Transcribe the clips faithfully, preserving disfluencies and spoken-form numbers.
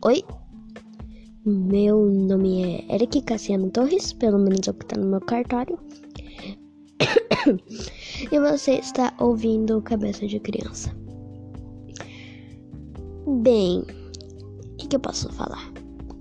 Oi, meu nome é Eric Cassiano Torres, pelo menos é o que tá no meu cartório. E você está ouvindo Cabeça de Criança. Bem, o que, que eu posso falar?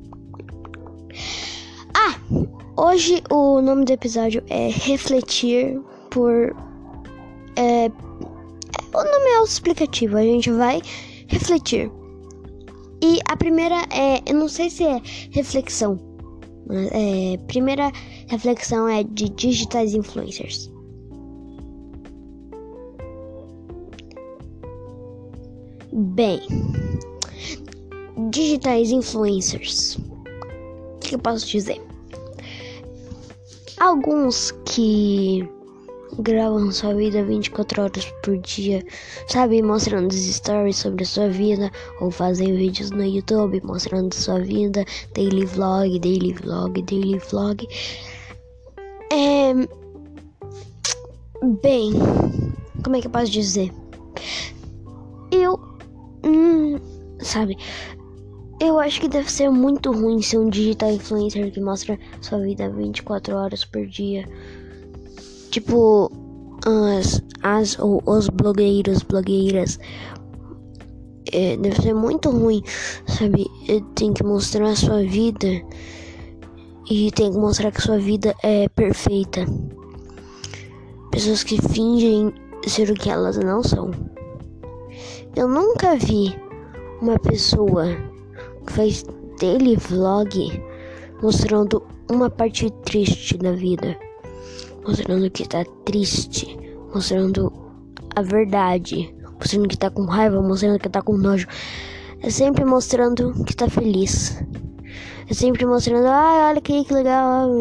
Ah, hoje o nome do episódio é Refletir por... É, o nome é auto-explicativo, a gente vai refletir. E a primeira é, eu não sei se é reflexão, mas é, primeira reflexão é de digitais influencers. Bem, digitais influencers, o que eu posso dizer? Alguns que gravam sua vida vinte e quatro horas por dia, sabe, mostrando stories sobre a sua vida, ou fazem vídeos no YouTube mostrando sua vida, daily vlog, daily vlog, daily vlog. É... Bem, como é que eu posso dizer? Eu, hum, sabe, eu acho que deve ser muito ruim ser um digital influencer que mostra sua vida vinte e quatro horas por dia. Tipo, as, as ou os blogueiros, blogueiras, é, deve ser muito ruim, sabe? Tem que mostrar a sua vida e tem que mostrar que sua vida é perfeita. Pessoas que fingem ser o que elas não são. Eu nunca vi uma pessoa que faz daily vlog mostrando uma parte triste da vida. Mostrando que tá triste, mostrando a verdade, mostrando que tá com raiva, mostrando que tá com nojo. É sempre mostrando que tá feliz. É sempre mostrando, ah, olha que, que legal.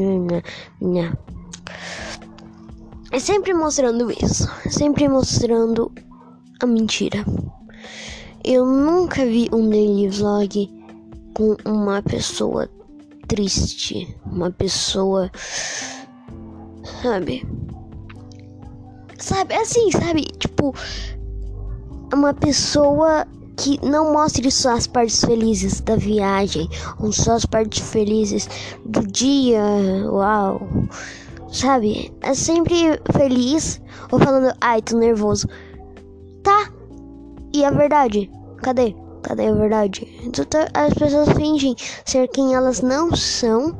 É sempre mostrando isso. É sempre mostrando a mentira. Eu nunca vi um daily vlog com uma pessoa triste, uma pessoa... Sabe? Sabe, assim, sabe? Tipo, uma pessoa que não mostre só as partes felizes da viagem, ou só as partes felizes do dia, uau. Sabe? É sempre feliz, ou falando, ai, tô nervoso. Tá? E a verdade? Cadê? Cadê a verdade? Então, as pessoas fingem ser quem elas não são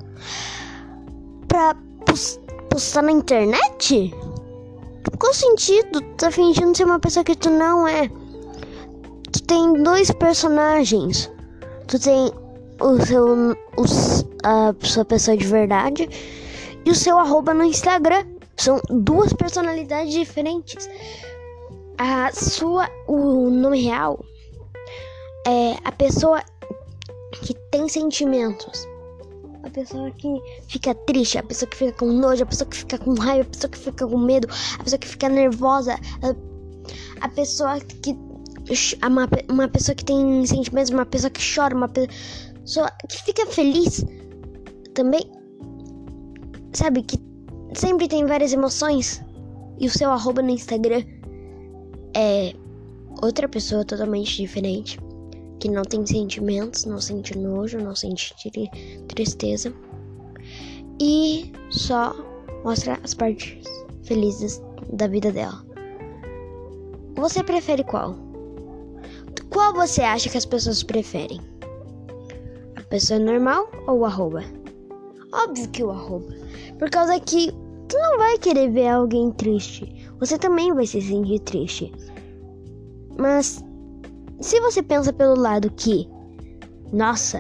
pra postar na internet? Qual sentido? Tu tá fingindo ser uma pessoa que tu não é. Tu tem dois personagens. Tu tem o seu os, a sua pessoa de verdade e o seu arroba no Instagram. São duas personalidades diferentes. A sua, o nome real é a pessoa que tem sentimentos. A pessoa que fica triste, a pessoa que fica com nojo, a pessoa que fica com raiva, a pessoa que fica com medo, a pessoa que fica nervosa, a, a pessoa que... Uma, uma pessoa que tem sentimentos, uma pessoa que chora, uma pessoa que fica feliz também. Sabe, que sempre tem várias emoções. E o seu arroba no Instagram é outra pessoa totalmente diferente, que não tem sentimentos, não sente nojo, não sente tristeza e só mostra as partes felizes da vida dela. Você prefere qual? Qual você acha que as pessoas preferem? A pessoa normal ou o arroba? Óbvio que o arroba, por causa que tu não vai querer ver alguém triste, você também vai se sentir triste. Mas se você pensa pelo lado que, nossa,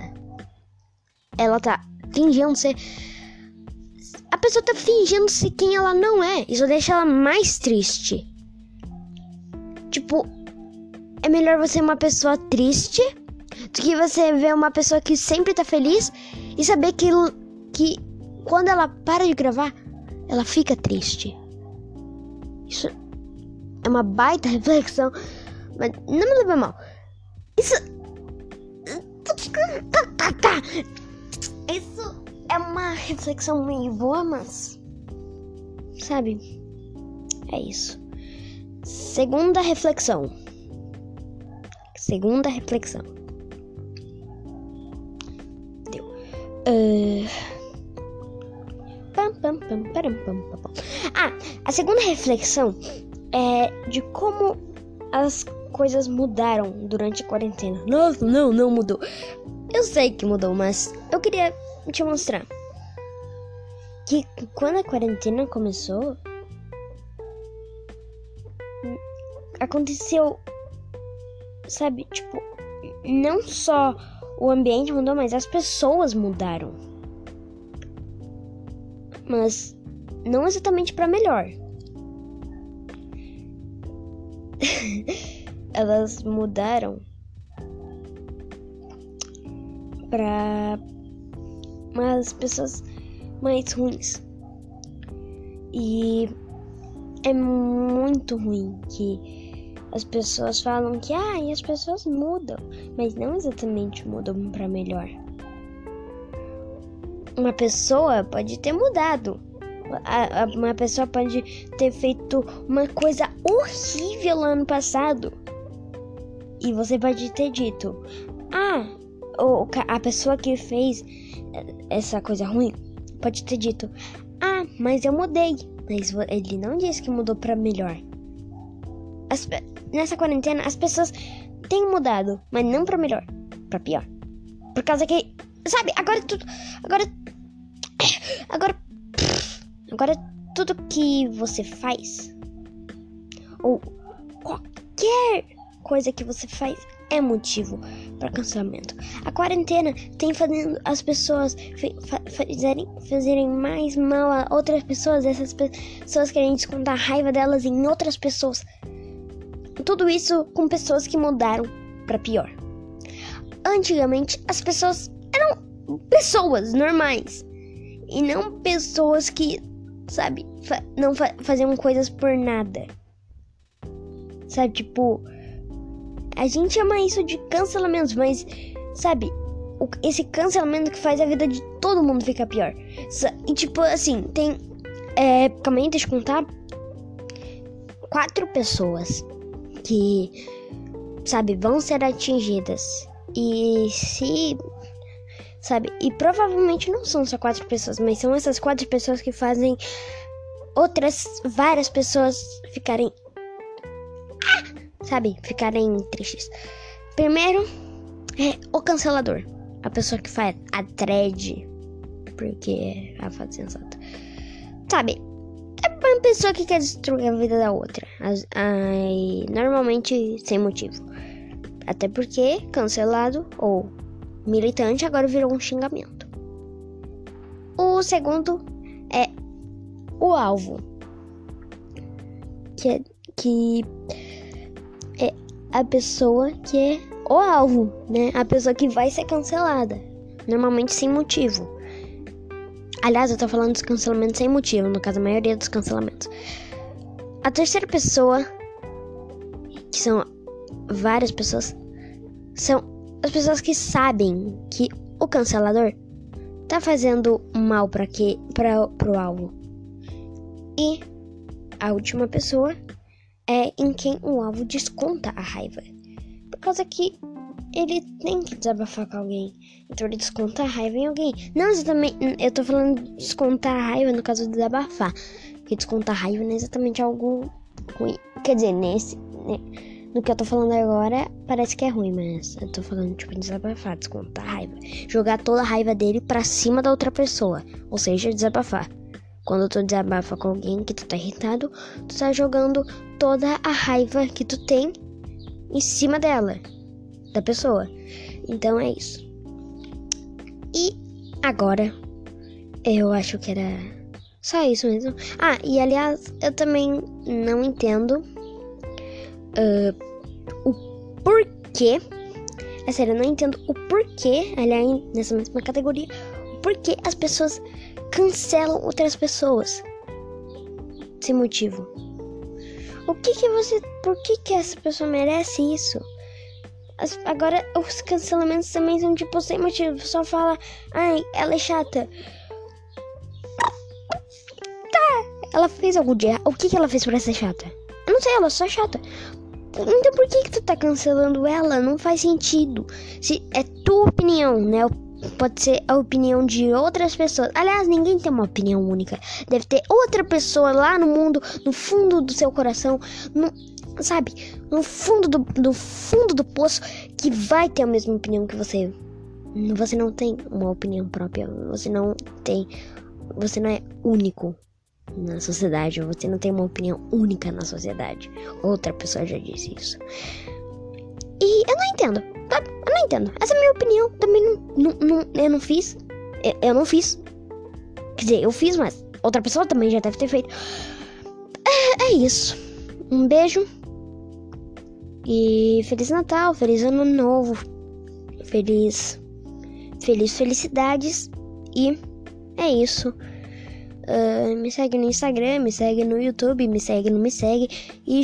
ela tá fingindo ser... A pessoa tá fingindo ser quem ela não é. Isso deixa ela mais triste. Tipo, é melhor você ser uma pessoa triste do que você ver uma pessoa que sempre tá feliz e saber que, que quando ela para de gravar, ela fica triste. Isso é uma baita reflexão. Mas não me leva mal. Isso... Isso é uma reflexão meio boa, mas... Sabe? É isso. Segunda reflexão. Segunda reflexão. Uh... Pam, pam, pam, param, pam, pam, pam. Ah, a segunda reflexão é de como as coisas mudaram durante a quarentena. Nossa, não, não mudou. Eu sei que mudou, mas eu queria te mostrar que quando a quarentena começou, aconteceu, sabe, tipo, não só o ambiente mudou, mas as pessoas mudaram. Mas não exatamente para melhor. Elas mudaram para umas pessoas mais ruins. E é muito ruim que as pessoas falam que ah, e as pessoas mudam, mas não exatamente mudam para melhor. Uma pessoa pode ter mudado. A, a, uma pessoa pode ter feito uma coisa horrível no ano passado. E você pode ter dito: ah, o, a pessoa que fez essa coisa ruim pode ter dito: ah, mas eu mudei. Mas ele não disse que mudou pra melhor. As, nessa quarentena, as pessoas têm mudado, mas não pra melhor, pra pior. Por causa que, sabe, agora tudo, agora, agora, agora tudo que você faz, ou qualquer coisa que você faz, é motivo para cancelamento. A quarentena tem fazendo as pessoas fa- fazerem, fazerem mais mal a outras pessoas, essas pessoas querem descontar a raiva delas em outras pessoas. Tudo isso com pessoas que mudaram para pior. Antigamente, as pessoas eram pessoas normais e não pessoas que, sabe, fa- não fa- faziam coisas por nada. Sabe, tipo, a gente chama isso de cancelamento, mas, sabe, o, esse cancelamento que faz a vida de todo mundo ficar pior. E, tipo, assim, tem, é, calma aí, deixa eu contar, quatro pessoas que, sabe, vão ser atingidas. E se, sabe, e provavelmente não são só quatro pessoas, mas são essas quatro pessoas que fazem outras várias pessoas ficarem, sabe, ficarem tristes. Primeiro é o cancelador, a pessoa que faz a thread, porque é a fada sensata, sabe, é uma pessoa que quer destruir a vida da outra, as, ai, normalmente sem motivo, até porque cancelado ou militante agora virou um xingamento. O segundo é o alvo, que é que é a pessoa que é o alvo, né? A pessoa que vai ser cancelada, normalmente sem motivo. Aliás, eu tô falando dos cancelamentos sem motivo, no caso, a maioria dos cancelamentos. A terceira pessoa, que são várias pessoas, são as pessoas que sabem que o cancelador tá fazendo mal para que, para pro alvo. E a última pessoa é em quem o alvo desconta a raiva. Por causa que ele tem que desabafar com alguém. Então ele desconta a raiva em alguém. Não exatamente, eu tô falando de descontar a raiva no caso de desabafar. Porque descontar a raiva não é exatamente algo ruim. Quer dizer, nesse, né, no que eu tô falando agora, parece que é ruim, mas eu tô falando tipo desabafar, descontar a raiva. Jogar toda a raiva dele pra cima da outra pessoa. Ou seja, desabafar. Quando tu desabafa com alguém que tu tá irritado, tu tá jogando toda a raiva que tu tem em cima dela, da pessoa. Então é isso. E agora, eu acho que era só isso mesmo. Ah, e aliás, eu também não entendo uh, o porquê. É sério, eu não entendo o porquê, aliás, nessa mesma categoria, o porquê as pessoas cancelam outras pessoas sem motivo. O que que você, por que que essa pessoa merece isso? As, agora os cancelamentos também são tipo sem motivo. Só fala, ai, ela é chata. Tá, ela fez algo de errado. O que que ela fez pra ser chata? Eu não sei, ela é só chata. Então por que que tu tá cancelando ela? Não faz sentido. Se é tua opinião, né? pode ser a opinião de outras pessoas. Aliás, ninguém tem uma opinião única. Deve ter outra pessoa lá no mundo, no fundo do seu coração, no, sabe, no fundo do, do fundo do poço, que vai ter a mesma opinião que você. Você não tem uma opinião própria. Você não tem, você não é único na sociedade. Você não tem uma opinião única na sociedade. Outra pessoa já disse isso. E eu não entendo, tá? Eu não entendo. Essa é a minha opinião. Também não, não, não eu não fiz. Eu, eu não fiz. Quer dizer, eu fiz, mas outra pessoa também já deve ter feito. É, é isso. Um beijo. E Feliz Natal, Feliz Ano Novo. Feliz. Feliz felicidades. E é isso. Uh, me segue no Instagram, me segue no YouTube, me segue, não me segue. E